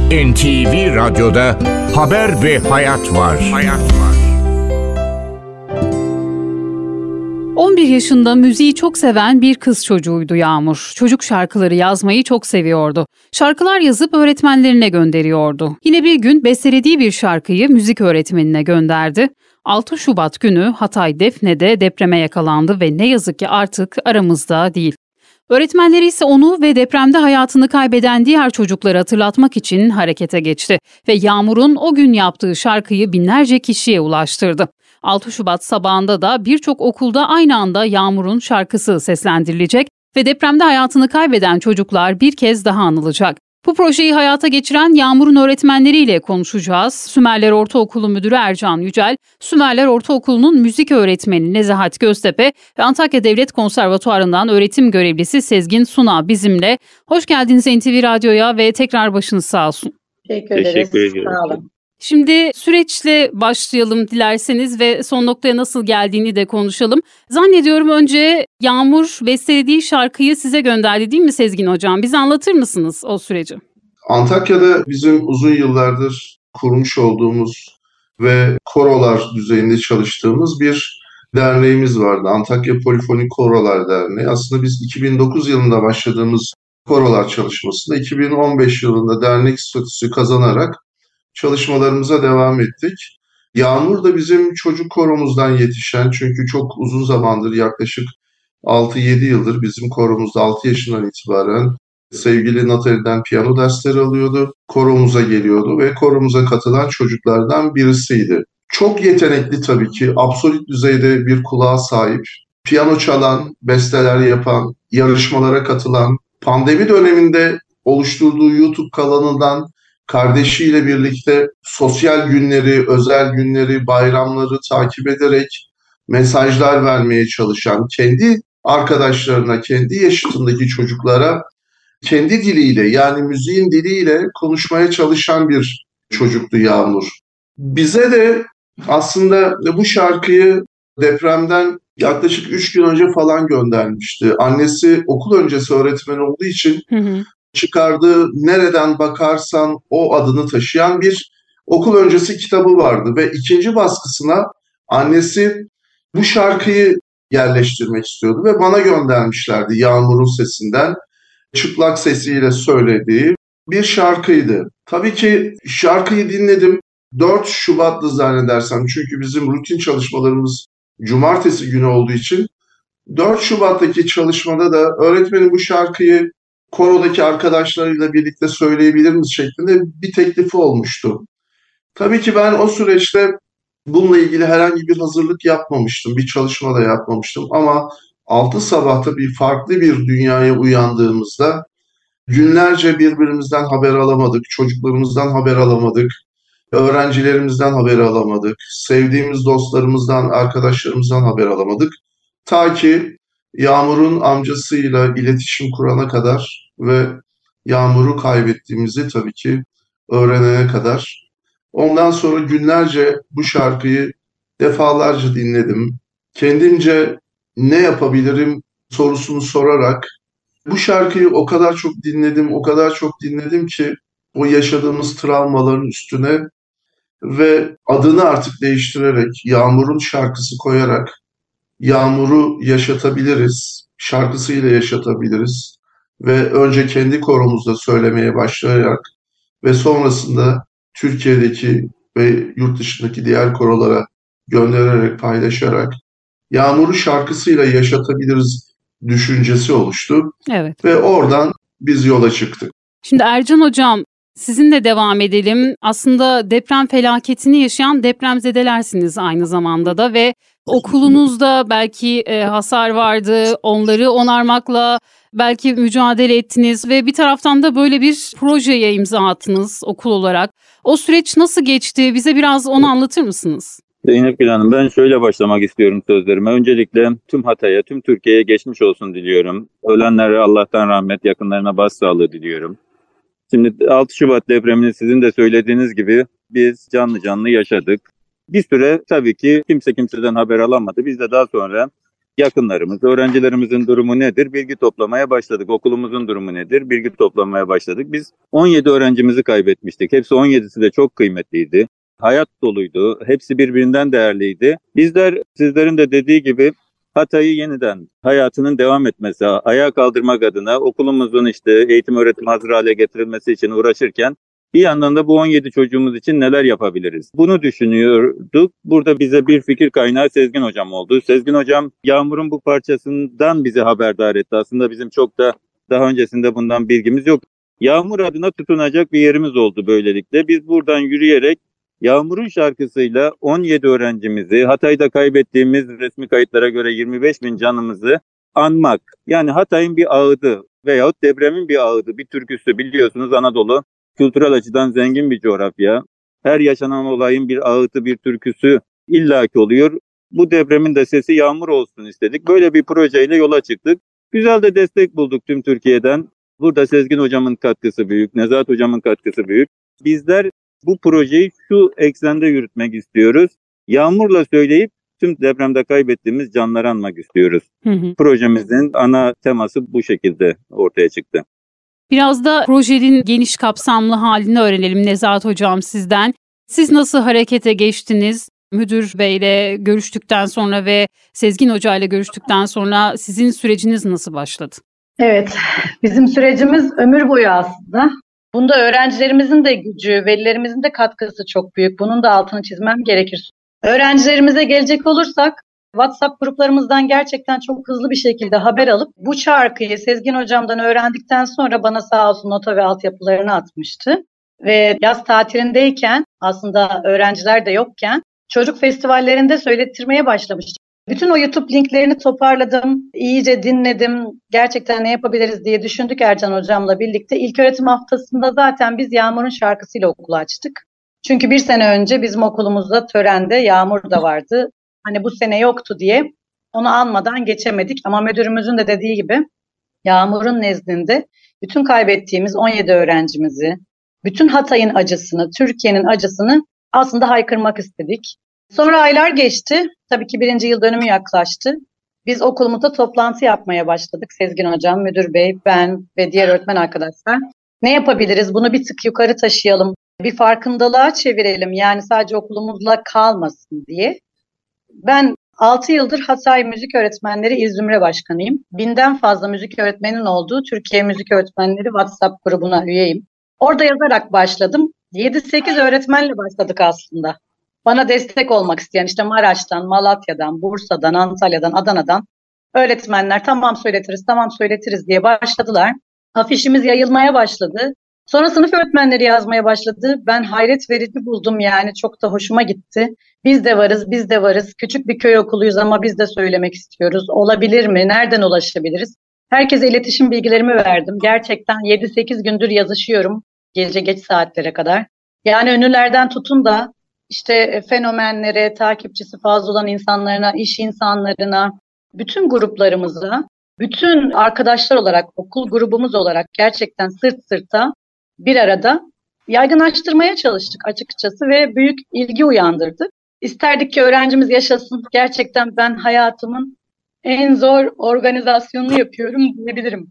NTV Radyo'da haber ve hayat var. 11 yaşında müziği çok seven bir kız çocuğuydu Yağmur. Çocuk şarkıları yazmayı çok seviyordu. Şarkılar yazıp öğretmenlerine gönderiyordu. Yine bir gün bestelediği bir şarkıyı müzik öğretmenine gönderdi. 6 Şubat günü Hatay Defne'de depreme yakalandı ve ne yazık ki artık aramızda değil. Öğretmenleri ise onu ve depremde hayatını kaybeden diğer çocukları hatırlatmak için harekete geçti ve Yağmur'un o gün yaptığı şarkıyı binlerce kişiye ulaştırdı. 6 Şubat sabahında da birçok okulda aynı anda Yağmur'un şarkısı seslendirilecek ve depremde hayatını kaybeden çocuklar bir kez daha anılacak. Bu projeyi hayata geçiren Yağmur'un öğretmenleriyle konuşacağız. Sümerler Ortaokulu Müdürü Ercan Yücel, Sümerler Ortaokulu'nun müzik öğretmeni Nezahat Göztepe ve Antakya Devlet Konservatuarı'ndan öğretim görevlisi Sezgin Suna bizimle. Hoş geldiniz NTV Radyo'ya ve tekrar başınız sağ olsun. Teşekkür ederiz. Sağ olun. Şimdi süreçle başlayalım dilerseniz ve son noktaya nasıl geldiğini de konuşalım. Zannediyorum önce Yağmur bestelediği şarkıyı size gönderdi değil mi Sezgin Hocam? Bize anlatır mısınız o süreci? Antakya'da bizim uzun yıllardır kurmuş olduğumuz ve korolar düzeyinde çalıştığımız bir derneğimiz vardı. Antakya Polifonik Korolar Derneği. Aslında biz 2009 yılında başladığımız korolar çalışmasında 2015 yılında dernek statüsü kazanarak çalışmalarımıza devam ettik. Yağmur da bizim çocuk koromuzdan yetişen, çünkü çok uzun zamandır, yaklaşık 6-7 yıldır bizim koromuzda 6 yaşından itibaren sevgili Natalie'den piyano dersleri alıyordu. Koromuza geliyordu ve koromuza katılan çocuklardan birisiydi. Çok yetenekli tabii ki, absolut düzeyde bir kulağa sahip, piyano çalan, besteler yapan, yarışmalara katılan, pandemi döneminde oluşturduğu YouTube kanalından kardeşiyle birlikte sosyal günleri, özel günleri, bayramları takip ederek mesajlar vermeye çalışan, kendi arkadaşlarına, kendi yaşıtındaki çocuklara kendi diliyle, yani müziğin diliyle konuşmaya çalışan bir çocuktu Yağmur. Bize de aslında bu şarkıyı depremden yaklaşık 3 gün önce falan göndermişti. Annesi okul öncesi öğretmen olduğu için çıkardığı Nereden Bakarsan O adını taşıyan bir okul öncesi kitabı vardı ve ikinci baskısına annesi bu şarkıyı yerleştirmek istiyordu ve bana göndermişlerdi Yağmur'un sesinden. Çıplak sesiyle söylediği bir şarkıydı. Tabii ki şarkıyı dinledim. 4 Şubat'tı zannedersem, çünkü bizim rutin çalışmalarımız cumartesi günü olduğu için 4 Şubat'taki çalışmada da öğretmenin bu şarkıyı korodaki arkadaşlarıyla birlikte söyleyebilir miyiz şeklinde bir teklifi olmuştu. Tabii ki ben o süreçte bununla ilgili herhangi bir hazırlık yapmamıştım, bir çalışma da yapmamıştım ama 6 sabahta farklı bir dünyaya uyandığımızda günlerce birbirimizden haber alamadık, çocuklarımızdan haber alamadık, öğrencilerimizden haber alamadık, sevdiğimiz dostlarımızdan, arkadaşlarımızdan haber alamadık. Ta ki Yağmur'un amcasıyla iletişim kurana kadar ve Yağmur'u kaybettiğimizi tabii ki öğrenene kadar. Ondan sonra günlerce bu şarkıyı defalarca dinledim. Kendimce ne yapabilirim sorusunu sorarak bu şarkıyı o kadar çok dinledim, o kadar çok dinledim ki o yaşadığımız travmaların üstüne ve adını artık değiştirerek, Yağmur'un şarkısı koyarak Yağmur'u yaşatabiliriz, şarkısıyla yaşatabiliriz ve önce kendi koromuzda söylemeye başlayarak ve sonrasında Türkiye'deki ve yurt dışındaki diğer korolara göndererek, paylaşarak Yağmur'u şarkısıyla yaşatabiliriz düşüncesi oluştu. Evet. Ve oradan biz yola çıktık. Şimdi Ercan Hocam, sizinle devam edelim. Aslında deprem felaketini yaşayan depremzedelersiniz aynı zamanda da ve okulunuzda belki hasar vardı, onları onarmakla belki mücadele ettiniz ve bir taraftan da böyle bir projeye imza attınız okul olarak. O süreç nasıl geçti? Bize biraz onu anlatır mısınız? Zeynep Gül Hanım, ben şöyle başlamak istiyorum sözlerime. Öncelikle tüm Hatay'a, tüm Türkiye'ye geçmiş olsun diliyorum. Ölenlere Allah'tan rahmet, yakınlarına başsağlığı diliyorum. Şimdi 6 Şubat depremini sizin de söylediğiniz gibi biz canlı canlı yaşadık. Bir süre tabii ki kimse kimseden haber alamadı. Biz de daha sonra yakınlarımız, öğrencilerimizin durumu nedir? Bilgi toplamaya başladık. Okulumuzun durumu nedir? Bilgi toplamaya başladık. Biz 17 öğrencimizi kaybetmiştik. Hepsi 17'si de çok kıymetliydi. Hayat doluydu. Hepsi birbirinden değerliydi. Bizler sizlerin de dediği gibi Hatay'ı yeniden hayatının devam etmesi, ayağa kaldırmak adına okulumuzun eğitim öğretim hazır hale getirilmesi için uğraşırken bir yandan da bu 17 çocuğumuz için neler yapabiliriz? Bunu düşünüyorduk. Burada bize bir fikir kaynağı Sezgin Hocam oldu. Sezgin Hocam Yağmur'un bu parçasından bizi haberdar etti. Aslında bizim çok da daha öncesinde bundan bilgimiz yok. Yağmur adına tutunacak bir yerimiz oldu böylelikle. Biz buradan yürüyerek Yağmur'un şarkısıyla 17 öğrencimizi, Hatay'da kaybettiğimiz resmi kayıtlara göre 25 bin canımızı anmak. Yani Hatay'ın bir ağıdı veyahut depremin bir ağıdı, bir türküsü. Biliyorsunuz Anadolu kültürel açıdan zengin bir coğrafya. Her yaşanan olayın bir ağıtı, bir türküsü illaki oluyor. Bu depremin de sesi Yağmur olsun istedik. Böyle bir projeyle yola çıktık. Güzel de destek bulduk tüm Türkiye'den. Burada Sezgin Hocam'ın katkısı büyük, Nezahat Hocam'ın katkısı büyük. Bizler bu projeyi şu eksende yürütmek istiyoruz. Yağmurla söyleyip tüm depremde kaybettiğimiz canları anmak istiyoruz. Projemizin ana teması bu şekilde ortaya çıktı. Biraz da projenin geniş kapsamlı halini öğrenelim Nezahat Hocam sizden. Siz nasıl harekete geçtiniz? Müdür Bey'le görüştükten sonra ve Sezgin Hoca ile görüştükten sonra sizin süreciniz nasıl başladı? Evet, bizim sürecimiz ömür boyu aslında. Bunda öğrencilerimizin de gücü, velilerimizin de katkısı çok büyük. Bunun da altını çizmem gerekir. Öğrencilerimize gelecek olursak, WhatsApp gruplarımızdan gerçekten çok hızlı bir şekilde haber alıp bu şarkıyı Sezgin Hocam'dan öğrendikten sonra bana sağ olsun nota ve altyapılarını atmıştı. Ve yaz tatilindeyken aslında öğrenciler de yokken çocuk festivallerinde söylettirmeye başlamıştım. Bütün o YouTube linklerini toparladım, iyice dinledim. Gerçekten ne yapabiliriz diye düşündük Ercan Hocam'la birlikte. İlköğretim haftasında zaten biz Yağmur'un şarkısıyla okulu açtık. Çünkü bir sene önce bizim okulumuzda törende Yağmur da vardı. Hani bu sene yoktu diye onu anmadan geçemedik. Ama müdürümüzün de dediği gibi Yağmur'un nezdinde bütün kaybettiğimiz 17 öğrencimizi, bütün Hatay'ın acısını, Türkiye'nin acısını aslında haykırmak istedik. Sonra aylar geçti. Tabii ki 1. yıl dönümü yaklaştı. Biz okulumuzda toplantı yapmaya başladık. Sezgin Hocam, Müdür Bey, ben ve diğer öğretmen arkadaşlar. Ne yapabiliriz? Bunu bir tık yukarı taşıyalım. Bir farkındalığa çevirelim. Yani sadece okulumuzla kalmasın diye. Ben 6 yıldır Hatay Müzik Öğretmenleri İl Zümre Başkanıyım. 1000'den fazla müzik öğretmenin olduğu Türkiye Müzik Öğretmenleri WhatsApp grubuna üyeyim. Orada yazarak başladım. 7-8 öğretmenle başladık aslında. Bana destek olmak isteyen işte Maraş'tan, Malatya'dan, Bursa'dan, Antalya'dan, Adana'dan öğretmenler tamam söyletiriz diye başladılar. Afişimiz yayılmaya başladı. Sonra sınıf öğretmenleri yazmaya başladı. Ben hayret verici buldum yani çok da hoşuma gitti. Biz de varız. Küçük bir köy okuluyuz ama biz de söylemek istiyoruz. Olabilir mi? Nereden ulaşabiliriz? Herkese iletişim bilgilerimi verdim. Gerçekten 7-8 gündür yazışıyorum. Gece geç saatlere kadar. Yani ünlülerden tutun da işte fenomenlere, takipçisi fazla olan insanlarına, iş insanlarına, bütün gruplarımıza, bütün arkadaşlar olarak, okul grubumuz olarak gerçekten sırt sırta bir arada yaygınlaştırmaya çalıştık açıkçası ve büyük ilgi uyandırdı. İsterdik ki öğrencimiz yaşasın. Gerçekten ben hayatımın en zor organizasyonunu yapıyorum diyebilirim.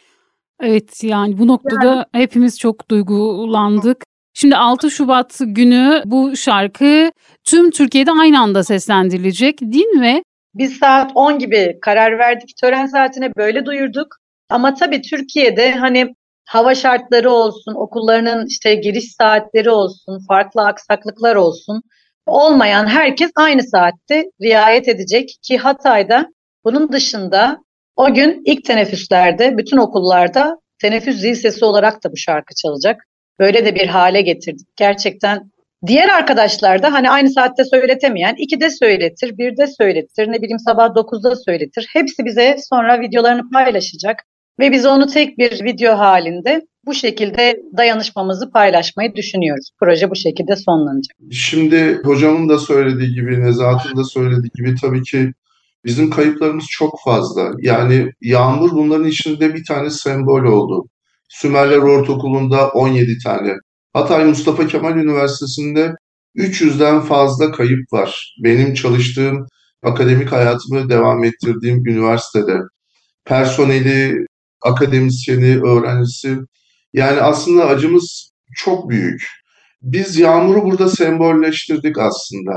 Evet yani bu noktada hepimiz çok duygulandık. Şimdi 6 Şubat günü bu şarkı tüm Türkiye'de aynı anda seslendirilecek değil mi? Biz saat 10 gibi karar verdik. Tören saatine böyle duyurduk. Ama tabii Türkiye'de hani hava şartları olsun, okullarının işte giriş saatleri olsun, farklı aksaklıklar olsun. Olmayan herkes aynı saatte riayet edecek ki Hatay'da bunun dışında o gün ilk teneffüslerde bütün okullarda teneffüs zil sesi olarak da bu şarkı çalacak. Böyle de bir hale getirdik. Gerçekten diğer arkadaşlar da hani aynı saatte söyletemeyen 2'de söyletir, 1'de söyletir, ne bileyim sabah 9'da söyletir. Hepsi bize sonra videolarını paylaşacak ve biz onu tek bir video halinde bu şekilde dayanışmamızı paylaşmayı düşünüyoruz. Proje bu şekilde sonlanacak. Şimdi hocamın da söylediği gibi, Nezahat'ın da söylediği gibi tabii ki bizim kayıplarımız çok fazla. Yani Yağmur bunların içinde bir tane sembol oldu. Sümerler Ortaokulu'nda 17 tane. Hatay Mustafa Kemal Üniversitesi'nde 300'den fazla kayıp var. Benim çalıştığım akademik hayatımı devam ettirdiğim üniversitede. Personeli, akademisyeni, öğrencisi. Yani aslında acımız çok büyük. Biz yağmuru burada sembolleştirdik aslında.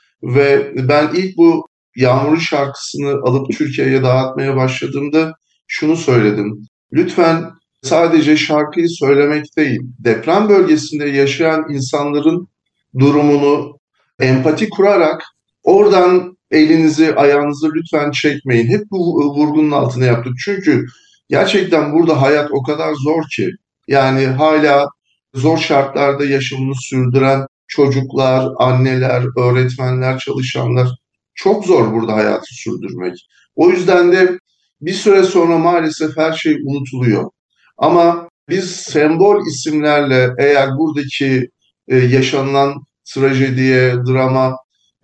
Ve ben ilk bu Yağmur'un şarkısını alıp Türkiye'ye dağıtmaya başladığımda şunu söyledim. Lütfen sadece şarkıyı söylemek değil, deprem bölgesinde yaşayan insanların durumunu empati kurarak oradan elinizi, ayağınızı lütfen çekmeyin. Hep bu vurgunun altına yaptık. Çünkü gerçekten burada hayat o kadar zor ki. Yani hala zor şartlarda yaşamını sürdüren çocuklar, anneler, öğretmenler, çalışanlar çok zor burada hayatı sürdürmek. O yüzden de bir süre sonra maalesef her şey unutuluyor. Ama biz sembol isimlerle eğer buradaki yaşanılan trajediye, drama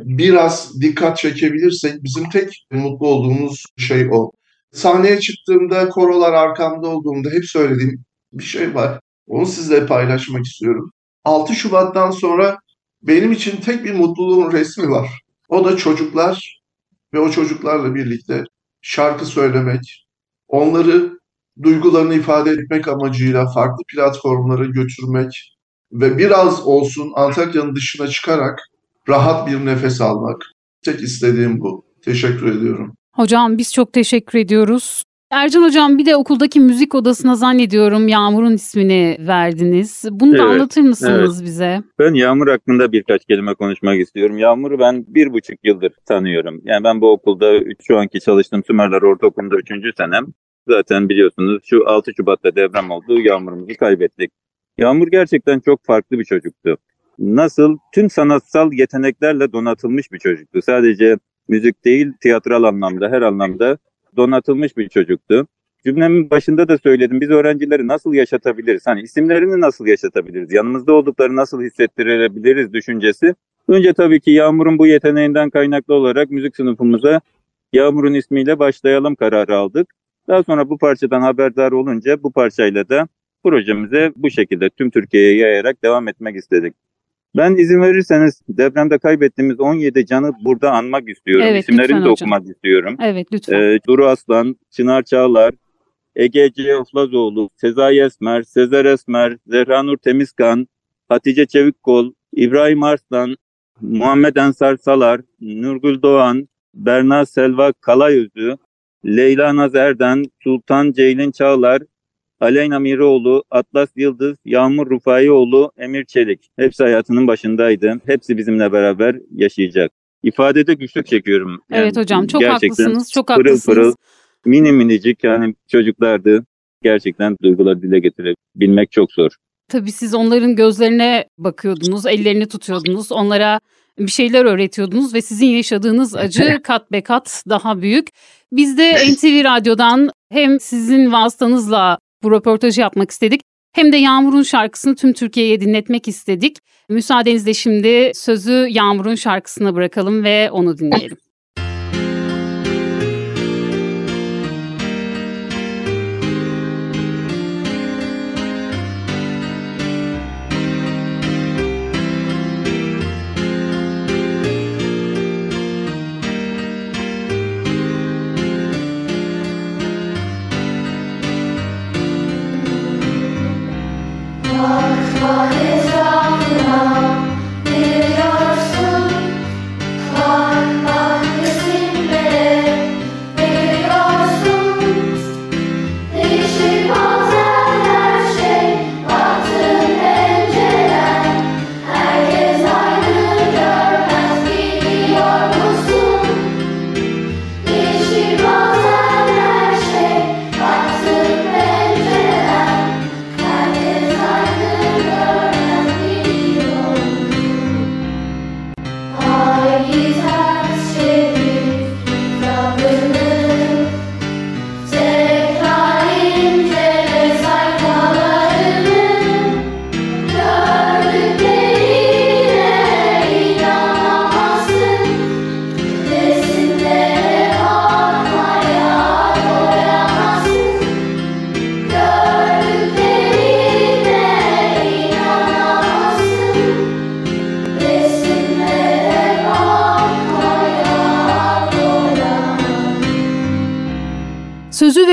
biraz dikkat çekebilirsek bizim tek mutlu olduğumuz şey o. Sahneye çıktığımda, korolar arkamda olduğumda hep söylediğim bir şey var. Onu sizle paylaşmak istiyorum. 6 Şubat'tan sonra benim için tek bir mutluluğun resmi var. O da çocuklar ve o çocuklarla birlikte şarkı söylemek, onları duygularını ifade etmek amacıyla farklı platformlara götürmek ve biraz olsun Antakya'nın dışına çıkarak rahat bir nefes almak. Tek istediğim bu. Teşekkür ediyorum. Hocam biz çok teşekkür ediyoruz. Ercan Hocam bir de okuldaki müzik odasına zannediyorum Yağmur'un ismini verdiniz. Bunu da Evet, anlatır mısınız bize? Ben Yağmur hakkında birkaç kelime konuşmak istiyorum. Yağmur'u ben 1,5 yıldır tanıyorum. Yani ben bu okulda şu anki çalıştığım Sümerler Ortaokulu'nda 3. senem. Zaten biliyorsunuz şu 6 Şubat'ta deprem oldu. Yağmur'umuzu kaybettik. Yağmur gerçekten çok farklı bir çocuktu. Nasıl? Tüm sanatsal yeteneklerle donatılmış bir çocuktu. Sadece müzik değil, tiyatral anlamda, her anlamda donatılmış bir çocuktu. Cümlemin başında da söyledim. Biz öğrencileri nasıl yaşatabiliriz? Hani isimlerini nasıl yaşatabiliriz? Yanımızda olduklarını nasıl hissettirebiliriz düşüncesi. Önce tabii ki Yağmur'un bu yeteneğinden kaynaklı olarak müzik sınıfımıza Yağmur'un ismiyle başlayalım kararı aldık. Daha sonra bu parçadan haberdar olunca bu parçayla da projemize bu şekilde tüm Türkiye'ye yayarak devam etmek istedik. Ben izin verirseniz depremde kaybettiğimiz 17 canı burada anmak istiyorum. Evet, İsimlerini lütfen de hocam. okumak istiyorum. Evet lütfen. Duru Aslan, Çınar Çağlar, Ege C. Oflazoğlu, Sezai Esmer, Sezer Esmer, Zehranur Temizkan, Hatice Çevikkol, İbrahim Arslan, Muhammed Ensar Salar, Nurgül Doğan, Berna Selva Kalayözü, Leyla Naz Erden, Sultan Ceylin Çağlar, Aleyna Miroğlu, Atlas Yıldız, Yağmur Rufaioğlu, Emir Çelik. Hepsi hayatının başındaydı. Hepsi bizimle beraber yaşayacak. İfadede güçlük çekiyorum. Yani Evet hocam çok gerçekten haklısınız. Çok pırıl haklısınız. pırıl, mini minicik yani çocuklardı. Gerçekten duyguları dile getirebilmek çok zor. Tabii siz onların gözlerine bakıyordunuz, ellerini tutuyordunuz, onlara bir şeyler öğretiyordunuz ve sizin yaşadığınız acı kat be kat daha büyük. Biz de NTV Radyo'dan hem sizin vasıtanızla bu röportajı yapmak istedik hem de Yağmur'un şarkısını tüm Türkiye'ye dinletmek istedik. Müsaadenizle şimdi sözü Yağmur'un şarkısına bırakalım ve onu dinleyelim.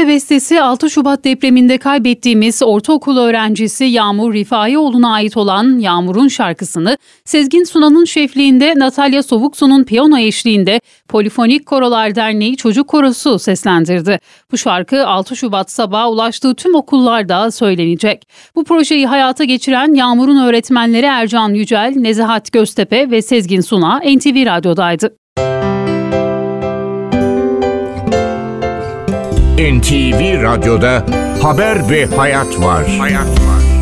ve bestesi 6 Şubat depreminde kaybettiğimiz ortaokul öğrencisi Yağmur Rifaioğlu'na ait olan Yağmur'un şarkısını Sezgin Sunan'ın şefliğinde Natalya Sovuksu'nun piyano eşliğinde Polifonik Korolar Derneği Çocuk Korosu seslendirdi. Bu şarkı 6 Şubat sabahı ulaştığı tüm okullarda söylenecek. Bu projeyi hayata geçiren Yağmur'un öğretmenleri Ercan Yücel, Nezahat Göztepe ve Sezgin Suna NTV Radyo'daydı. NTV Radyo'da Haber ve Hayat var.